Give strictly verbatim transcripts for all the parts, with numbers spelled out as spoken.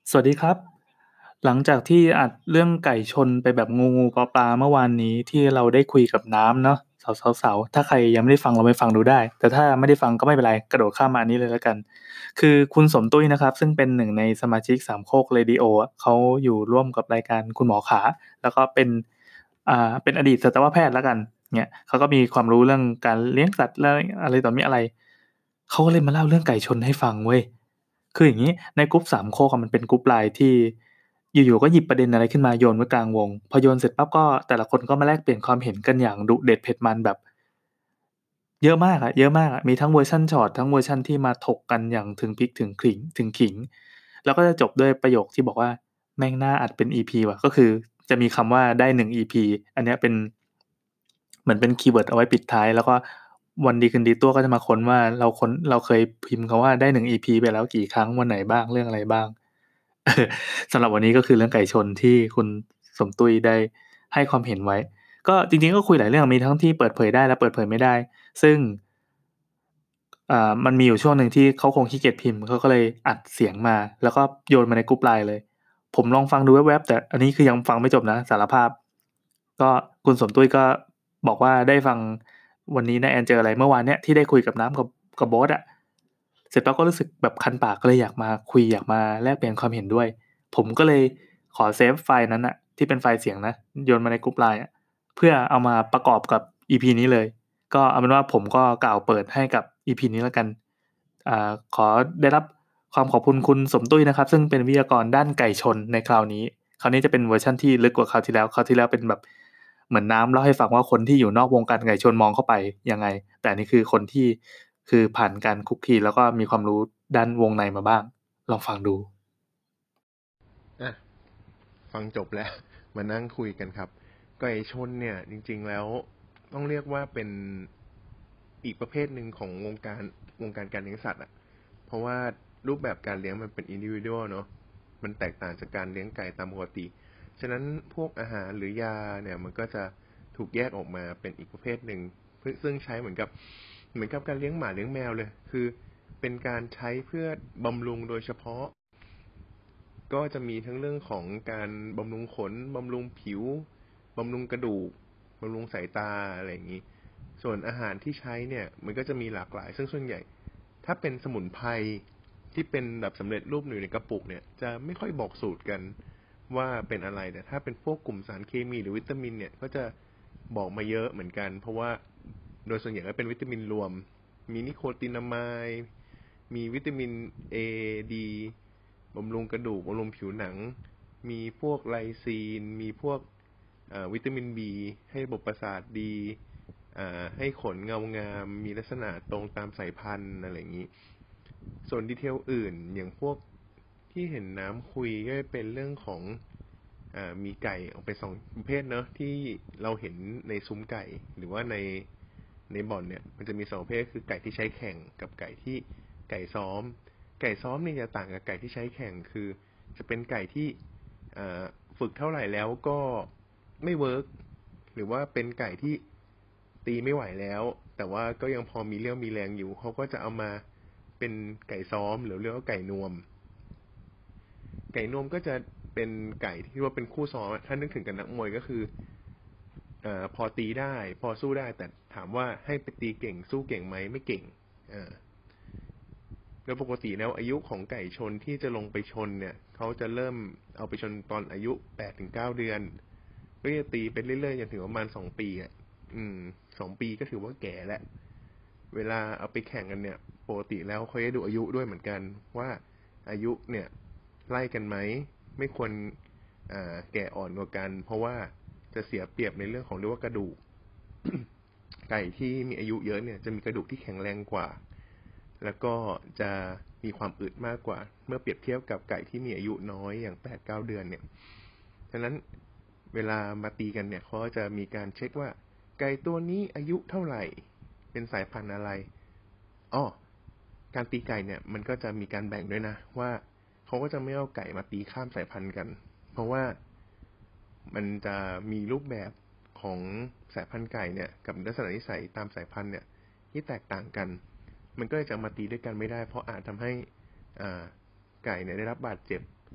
สวัสดีครับหลังจากที่อัดเรื่องไก่ชนไปแบบงูๆปลาๆเมื่อวานนี้ที่เราได้คุยกับน้ำเนาะสาวๆๆถ้าใครยังไม่ได้ฟังลองไปฟังดูได้แต่ถ้าไม่ได้ฟังก็ไม่เป็นไรกระโดดข้ามมาอันนี้เลยแล้วกันคือคุณสมตุ้ยนะครับซึ่งเป็นหนึ่งในสมาชิกสามโคกเรดิโออะเขาอยู่ร่วมกับรายการคุณหมอขาแล้วก็เป็นอ่าเป็นอดีตสัตวแพทย์แล้วกันเงี้ยเขาก็มีความรู้เรื่องการเลี้ยงสัตว์เรื่องอะไรต่อมิอะไรเขาก็เลยมาเล่าเรื่องไก่ชนให้ฟังเว้ย คืออย่างนี้ในกรุ๊ปสามโคกอะมันเป็นกรุ๊ป ไลน์ ที่อยู่ๆก็หยิบประเด็นอะไรขึ้นมาโยนไว้กลางวงพอโยนเสร็จปั๊บก็แต่ละคนก็มาแลกเปลี่ยนความเห็นกันอย่างดุเด็ดเผ็ดมันแบบเยอะมากอะเยอะมากอะมีทั้งเวอร์ชันช็อตทั้งเวอร์ชันที่มาถกกันอย่างถึงพริกถึงขิงถึงขิงแล้วก็จะจบด้วยประโยคที่บอกว่าแม่งน่าอัดเป็น อี พี ว่ะก็คือจะมีคำว่าได้หนึ่ง อี พี อันเนี้ยเป็นเหมือนเป็นคีย์เวิร์ดเอาไว้ปิดท้ายแล้วก็วันดีคืนดีตัวก็จะมาค้นว่าเราค้นเราเคยพิมพ์คำว่าได้หนึ่ง อี พี ไปแล้วกี่ครั้งวันไหนบ้างเรื่องอะไรบ้าง เออสำหรับวันนี้ก็คือเรื่องไก่ชนที่คุณสมตุ้ยได้ให้ความเห็นไว้ก็จริงๆก็คุยหลายเรื่องมีทั้งที่เปิดเผยได้และเปิดเผยไม่ได้ซึ่งอ่ามันมีอยู่ช่วงหนึ่งที่เขาคงขี้เกียจพิมพ์เขาก็เลยอัดเสียงมาแล้วก็โยนมาใน group ไลน์เลยผมลองฟังดูแว็บๆแต่อันนี้คือยังฟังไม่จบนะสารภาพก็คุณสมตุ้ยก็บอกว่าได้ฟังวันนี้น้าแอนเจออะไรเมื่อวานเนี้ยที่ได้คุยกับน้ำกับกับโบ๊ทอะเสร็จปั๊บก็รู้สึกแบบคันปากก็เลยอยากมาคุยอยากมาแลกเปลี่ยนความเห็นด้วย ผมก็เลยขอเซฟไฟล์นั้นน่ะที่เป็นไฟล์เสียงนะโยนมาใน group ไลน์ อะเพื่อเอามาประกอบกับ อี พี นี้เลยก็เอาเป็นว่าผมก็กล่าวเปิดให้กับ อี พี นี้แล้วกันอ่าขอได้รับความขอบคุณคุณสมตุ้ยนะครับซึ่งเป็นวิทยากรด้านไก่ชนในคราวนี้คราวนี้จะเป็นเวอร์ชันที่ลึกกว่าคราวที่แล้วคราวที่แล้วเป็นแบบเหมือนน้ำเล่าให้ฟังว่าคนที่อยู่นอกวงการไก่ชนมองเข้าไปยังไงแต่อันนี้คือคนที่คือผ่านการคลุกคลีแล้วก็มีความรู้ด้านวงในมาบ้างลองฟังดูอ่ะฟังจบแล้วมานั่งคุยกันครับไก่ชนเนี่ยจริงๆแล้วต้องเรียกว่าเป็นอีกประเภทหนึ่งของวงการวงการการเลี้ยงสัตว์อ่ะเพราะว่ารูปแบบการเลี้ยงมันเป็นอินดิวิว a l เนาะมันแตกต่างจากการเลี้ยงไก่ตามปกติฉะนั้นพวกอาหารหรือยาเนี่ยมันก็จะถูกแยกออกมาเป็นอีกประเภทหนึ่งซึ่งใช้เหมือนกับเหมือนกับการเลี้ยงหมาเลี้ยงแมวเลยคือเป็นการใช้เพื่อบำรุงโดยเฉพาะ ก็จะมีทั้งเรื่องของการบำรุงขนบำรุงผิวบำรุงกระดูกบำรุงสายตาอะไรอย่างนี้ส่วนอาหารที่ใช้เนี่ยมันก็จะมีหลากหลายซึ่งส่วนใหญ่ถ้าเป็นสมุนไพรที่เป็นแบบสำเร็จรูปอยู่ในกระปุกเนี่ยจะไม่ค่อยบอกสูตรกันว่าเป็นอะไรแต่ถ้าเป็นพวกกลุ่มสารเคมีหรือวิตามินเนี่ยก็จะบอกมาเยอะเหมือนกันเพราะว่าโดยส่วนใหญ่ก็เป็นวิตามินรวมมีนิโคตินามายด์มีวิตามิน A D บำรุงกระดูกบำรุงผิวหนังมีพวกไลซีนมีพวกวิตามิน บี ให้ระบบประสาทดีให้ขนเงางามมีลักษณะตรงตามสายพันธุ์อะไรอย่างนี้ส่วนดีเทลอื่นอย่างพวกที่เห็นน้ำคุยก็เป็นเรื่องของอมีไก่ออกไปสองประเภทเนอะที่เราเห็นในซุ้มไก่หรือว่าในในบ่อนเนี่ยมันจะมีสองประเภทคือไก่ที่ใช้แข่งกับไก่ที่ไก่ซ้อมไก่ซ้อมนี่จะต่างกับไก่ที่ใช้แข่งคือจะเป็นไก่ที่ฝึกเท่าไหร่แล้วก็ไม่เวิร์กหรือว่าเป็นไก่ที่ตีไม่ไหวแล้วแต่ว่าก็ยังพอมีเรี่ยวมีแรงอยู่เขาก็จะเอามาเป็นไก่ซ้อมหรือเรียกว่าไก่นวมไก่นวมก็จะเป็นไก่ที่ว่าเป็นคู่ซ้อมถ้านึกถึงกับนักมวยก็คืออพอตีได้พอสู้ได้แต่ถามว่าให้ไปตีเก่งสู้เก่งไหมไม่เก่งโดยปกติแล้วอายุของไก่ชนที่จะลงไปชนเนี่ยเขาจะเริ่มเอาไปชนตอนอายุแปดถึงเก้าเดือนก็จะตีไปเรื่อยๆจนถึงประมาณสองปีอ่ะอืมสองปีก็ถือว่าแก่แล้วเวลาเอาไปแข่งกันเนี่ยปกติแล้วเขาจะดูอายุด้วยเหมือนกันว่าอายุเนี่ยไล่กันไหมไม่ควรแก่อ่อนกว่ากันเพราะว่าจะเสียเปรียบในเรื่องของเรียกว่ากระดูก ไก่ที่มีอายุเยอะเนี่ยจะมีกระดูกที่แข็งแรงกว่าแล้วก็จะมีความอึดมากกว่าเมื่อเปรียบเทียบกับไก่ที่มีอายุน้อยอย่างแปดเก้าเดือนเนี่ยฉะนั้นเวลามาตีกันเนี่ยเขาจะมีการเช็คว่าไก่ตัวนี้อายุเท่าไหร่เป็นสายพันธุ์อะไรอ้อการตีไก่เนี่ยมันก็จะมีการแบ่งด้วยนะว่าเขาก็จะไม่เอาไก่มาตีข้ามสายพันธุ์กันเพราะว่ามันจะมีรูปแบบของสายพันธุ์ไก่เนี่ยกับลักษณะนิสัยตามสายพันธุ์เนี่ยที่แตกต่างกันมันก็จะมาตีด้วยกันไม่ได้เพราะอาจทำให้ไก่เนี่ยได้รับบาดเจ็บ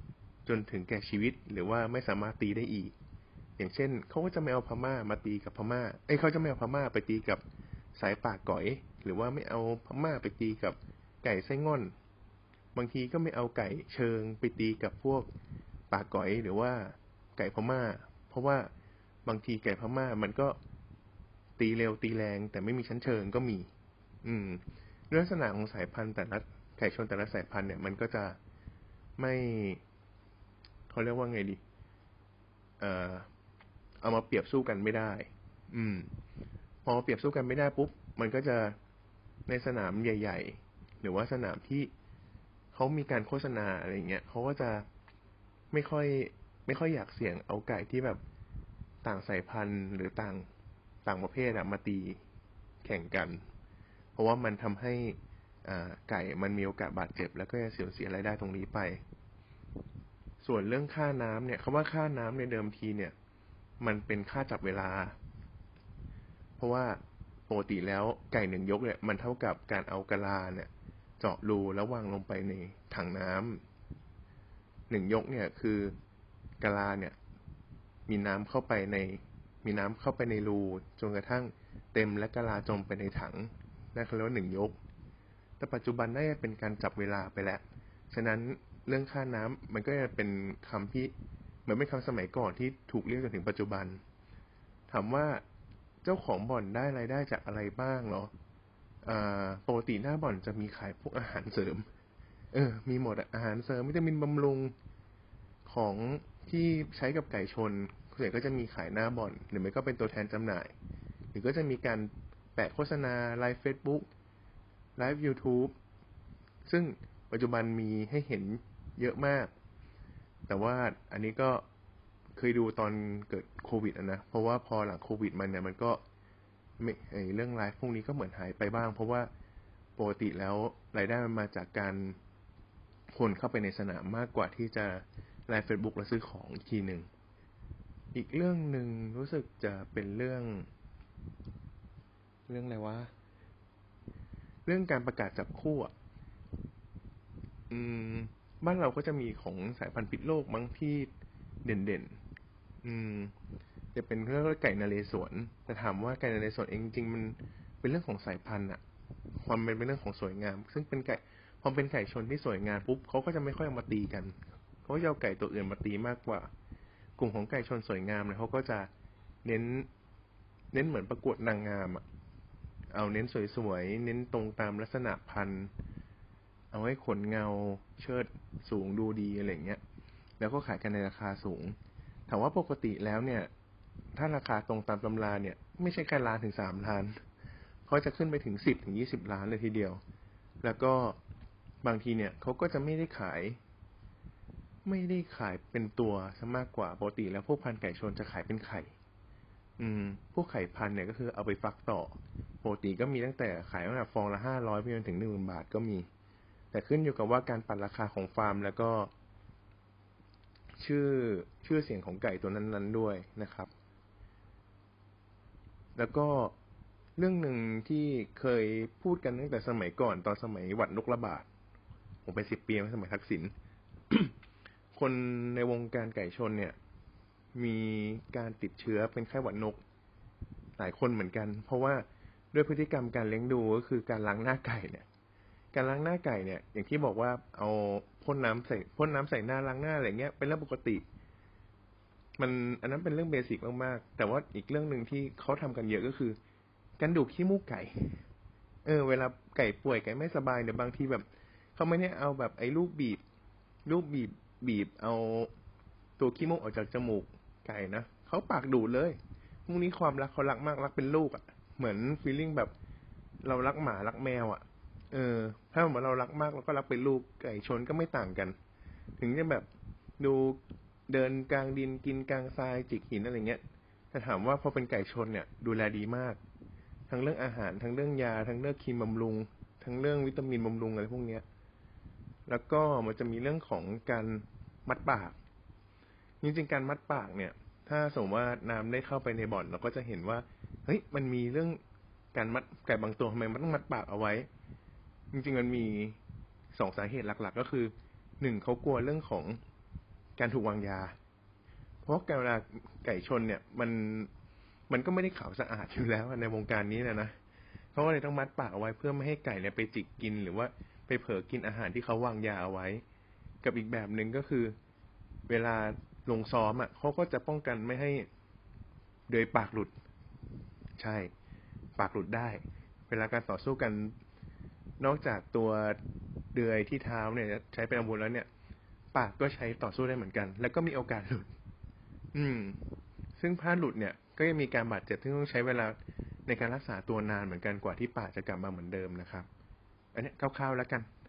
จนถึงแก่ชีวิตหรือว่าไม่สามารถตีได้อีกอย่างเช่นเขาก็จะไม่เอาพม่ามาตีกับพม่าเอ้ยเขาจะไม่เอาพม่าไปตีกับสายป่าก๋อยหรือว่าไม่เอาพม่าไปตีกับไก่ไส้ง่อนบางทีก็ไม่เอาไก่เชิงไปตีกับพวกป่าก๋อยหรือว่าไก่พม่าเพราะว่าบางทีไก่พม่ามันก็ตีเร็วตีแรงแต่ไม่มีชั้นเชิงก็มี อืมลักษณะของสายพันธุ์แต่ละไก่ชนแต่ละสายพันธุ์เนี่ยมันก็จะไม่เขาเรียกว่าไงดีเอ่อเอามาเปรียบสู้กันไม่ได้ อืมพอเปรียบสู้กันไม่ได้ปุ๊บมันก็จะในสนามใหญ่ๆหรือว่าสนามที่เขามีการโฆษณาอะไรเงี้ยเขาก็จะไม่ค่อยไม่ค่อยอยากเสี่ยงเอาไก่ที่แบบต่างสายพันธุ์หรือต่างต่างประเภทอะมาตีแข่งกันเพราะว่ามันทำให้อ่าไก่มันมีโอกาสบาดเจ็บแล้วก็จะเสียเสียรายได้ตรงนี้ไปส่วนเรื่องค่าน้ำเนี่ยคำว่าค่าน้ำในเดิมทีเนี่ยมันเป็นค่าจับเวลาเพราะว่าปกติแล้วไก่หนึ่งยกเนี่ยมันเท่ากับการเอากะลาเนี่ยเจาะรูแล้ววางลงไปในถังน้ำหนึ่งยกเนี่ยคือกะลาเนี่ยมีน้ำเข้าไปในมีน้ำเข้าไปในรูจนกระทั่งเต็มและกะลาจมไปในถังนั่นคือเรียกว่าหนึ่งยกแต่ปัจจุบันได้เป็นการจับเวลาไปแล้วฉะนั้นเรื่องค่าน้ำมันก็จะเป็นคำที่เหมือนเป็นคำสมัยก่อนที่ถูกเรียกจนถึงปัจจุบันถามว่าเจ้าของบ่อนได้รายได้จากอะไรบ้างเนาะอ่าปกติหน้าบ่อนจะมีขายพวกอาหารเสริมเออมีหมดอาหารเสริมวิตามินบำรุงของที่ใช้กับไก่ชนส่วนใหญ่ก็จะมีขายหน้าบ่อนหรือไม่ก็เป็นตัวแทนจำหน่ายหรือก็จะมีการแปะโฆษณาไลฟ์ Facebook ไลฟ์ YouTube ซึ่งปัจจุบันมีให้เห็นเยอะมากแต่ว่าอันนี้ก็เคยดูตอนเกิดโควิดนะเพราะว่าพอหลังโควิดมันเนี่ยมันก็ไม่ไอเรื่องไลฟ์พวกนี้ก็เหมือนหายไปบ้างเพราะว่าปกติแล้วรายได้มันมาจากการคนเข้าไปในสนามมากกว่าที่จะไลฟ์ Facebook แล้วซื้อของอีกทีหนึ่งอีกเรื่องหนึ่งรู้สึกจะเป็นเรื่องเรื่องอะไรวะเรื่องการประกาศจับคู่อ่ะอืมบ้านเราก็จะมีของสายพันธุ์พิษโลกมั้งที่เด่นๆอืมจะเป็นเรื่องไก่นเรศวรแต่ถามว่าไก่นเรศวรเองจริงๆมันเป็นเรื่องของสายพันธุ์อ่ะความเป็นเป็นเรื่องของสวยงามซึ่งเป็นไก่พอเป็นไก่ชนที่สวยงามปุ๊บเขาก็จะไม่ค่อยเอามาตีกันเขาจะเอาไก่ตัวอื่นมาตีมากกว่ากลุ่มของไก่ชนสวยงามเนี่ยเขาก็จะเน้นเน้นเหมือนประกวดนางงามอ่ะเอาเน้นสวยๆเน้นตรงตามลักษณะพันธุ์เอาให้ขนเงาเชิดสูงดูดีอะไรเงี้ยแล้วก็ขายกันในราคาสูงถามว่าปกติแล้วเนี่ยถ้าราคาตรงตามตำราเนี่ยไม่ใช่แค่ล้านถึงสามล้านเขาจะขึ้นไปถึงสิบถึงยี่สิบล้านเลยทีเดียวแล้วก็บางทีเนี่ยเขาก็จะไม่ได้ขายไม่ได้ขายเป็นตัวซะมากกว่าปกติแล้วพวกพันธุ์ไก่ชนจะขายเป็นไข่อืมพวกไข่พันธุ์เนี่ยก็คือเอาไปฟักต่อปกติก็มีตั้งแต่ขายตั้งแต่ฟองละห้าร้อยไปจนถึงหนึ่งหมื่นบาทก็มีแต่ขึ้นอยู่กับว่าการปัดราคาของฟาร์มแล้วก็ชื่อชื่อเสียงของไก่ตัวนั้นๆด้วยนะครับแล้วก็เรื่องหนึ่งที่เคยพูดกันตั้งแต่สมัยก่อนตอนสมัยหวัดนกระบาดผมเป็นสิบปีสมัยทักษิณ คนในวงการไก่ชนเนี่ยมีการติดเชื้อเป็นไข้หวัดนกหลายคนเหมือนกันเพราะว่าด้วยพฤติกรรมการเลี้ยงดูก็คือการล้างหน้าไก่เนี่ยการล้างหน้าไก่เนี่ยอย่างที่บอกว่าเอาพ่นน้ำใส่พ่นน้ำใส่หน้าล้างหน้าอะไรเงี้ยเป็นเรื่องปกติมันอันนั้นเป็นเรื่องเบสิกมากๆแต่ว่าอีกเรื่องหนึ่งที่เขาทำกันเยอะก็คือการดูดขี้มูกไก่เออเวลาไก่ป่วยไก่ไม่สบายเนี่ยบางทีแบบเขาไม่ได้เอาแบบไอ้ลูกบีบลูกบีบบีบเอาตัวขี้มูกออกจากจมูกไก่นะเขาปากดูดเลยพวกนี้ความรักเขารักมากรักเป็นลูกอ่ะเหมือนฟีลลิ่งแบบเรารักหมารักแมวอ่ะเออถ้าเหมือนเรารักมากเราก็รักเป็นลูกไก่ชนก็ไม่ต่างกันถึงจะแบบดูเดินกลางดินกินกลางทรายจิกหินอะไรเงี้ยแต่ถามว่าพอเป็นไก่ชนเนี่ยดูแลดีมากทั้งเรื่องอาหารทั้งเรื่องยาทั้งเรื่องครีมบำรุงทั้งเรื่องวิตามินบำรุงอะไรพวกเนี้ยแล้วก็มันจะมีเรื่องของการมัดปากจริงๆการมัดปากเนี่ยถ้าสมมติว่าน้ำได้เข้าไปในบ่อนเราก็จะเห็นว่าเฮ้ยมันมีเรื่องการมัดไก่บางตัวทำไมมันต้องมัดปากเอาไว้จริงๆมันมีสองสาเหตุหลักๆก็คือหนึ่งเขากลัวเรื่องของการถูกวางยาเพราะเวลาไก่ชนเนี่ยมันมันก็ไม่ได้ขาวสะอาดอยู่แล้วในวงการนี้นะนะเขาก็เลยต้องมัดปากเอาไว้เพื่อไม่ให้ไก่เนี่ยไปจิกกินหรือว่าไปเผลอกินอาหารที่เขาวางยาเอาไว้กับอีกแบบหนึ่งก็คือเวลาลงซ้อมอ่ะเขาก็จะป้องกันไม่ให้เดือยปากหลุดใช่ปากหลุดได้เวลาการต่อสู้กันนอกจากตัวเดือยที่เท้าเนี่ยใช้เป็นอาวุธแล้วเนี่ยปากก็ใช้ต่อสู้ได้เหมือนกันแล้วก็มีโอกาสหลุดอืมซึ่งพลาดหลุดเนี่ยก็ยังมีการบาดเจ็บที่ต้องใช้เวลาในการรักษาตัวนานเหมือนกันกว่าที่ปากจะกลับมาเหมือนเดิมนะครับอันนี้คร่าวๆแล้วกัน